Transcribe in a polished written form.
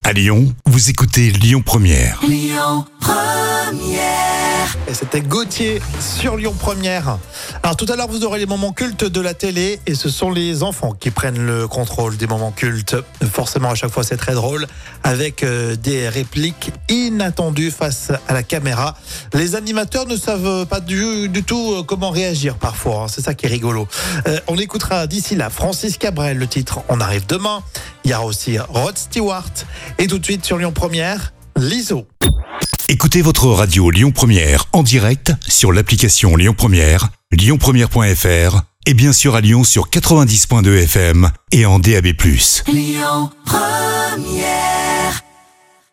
À Lyon, vous écoutez Lyon Première. Lyon Première. Et c'était Gauthier sur Lyon Première. Alors tout à l'heure, vous aurez les moments cultes de la télé et ce sont les enfants qui prennent le contrôle des moments cultes. Forcément, à chaque fois, c'est très drôle avec des répliques inattendues face à la caméra. Les animateurs ne savent pas du tout comment réagir parfois. C'est ça qui est rigolo. On écoutera d'ici là Francis Cabrel, le titre On arrive demain. Il y aura aussi Rod Stewart. Et tout de suite sur Lyon Première, Lizzo. Écoutez votre radio Lyon Première en direct sur l'application Lyon Première, lyonpremière.fr et bien sûr à Lyon sur 90.2 FM et en DAB+. Lyon Première.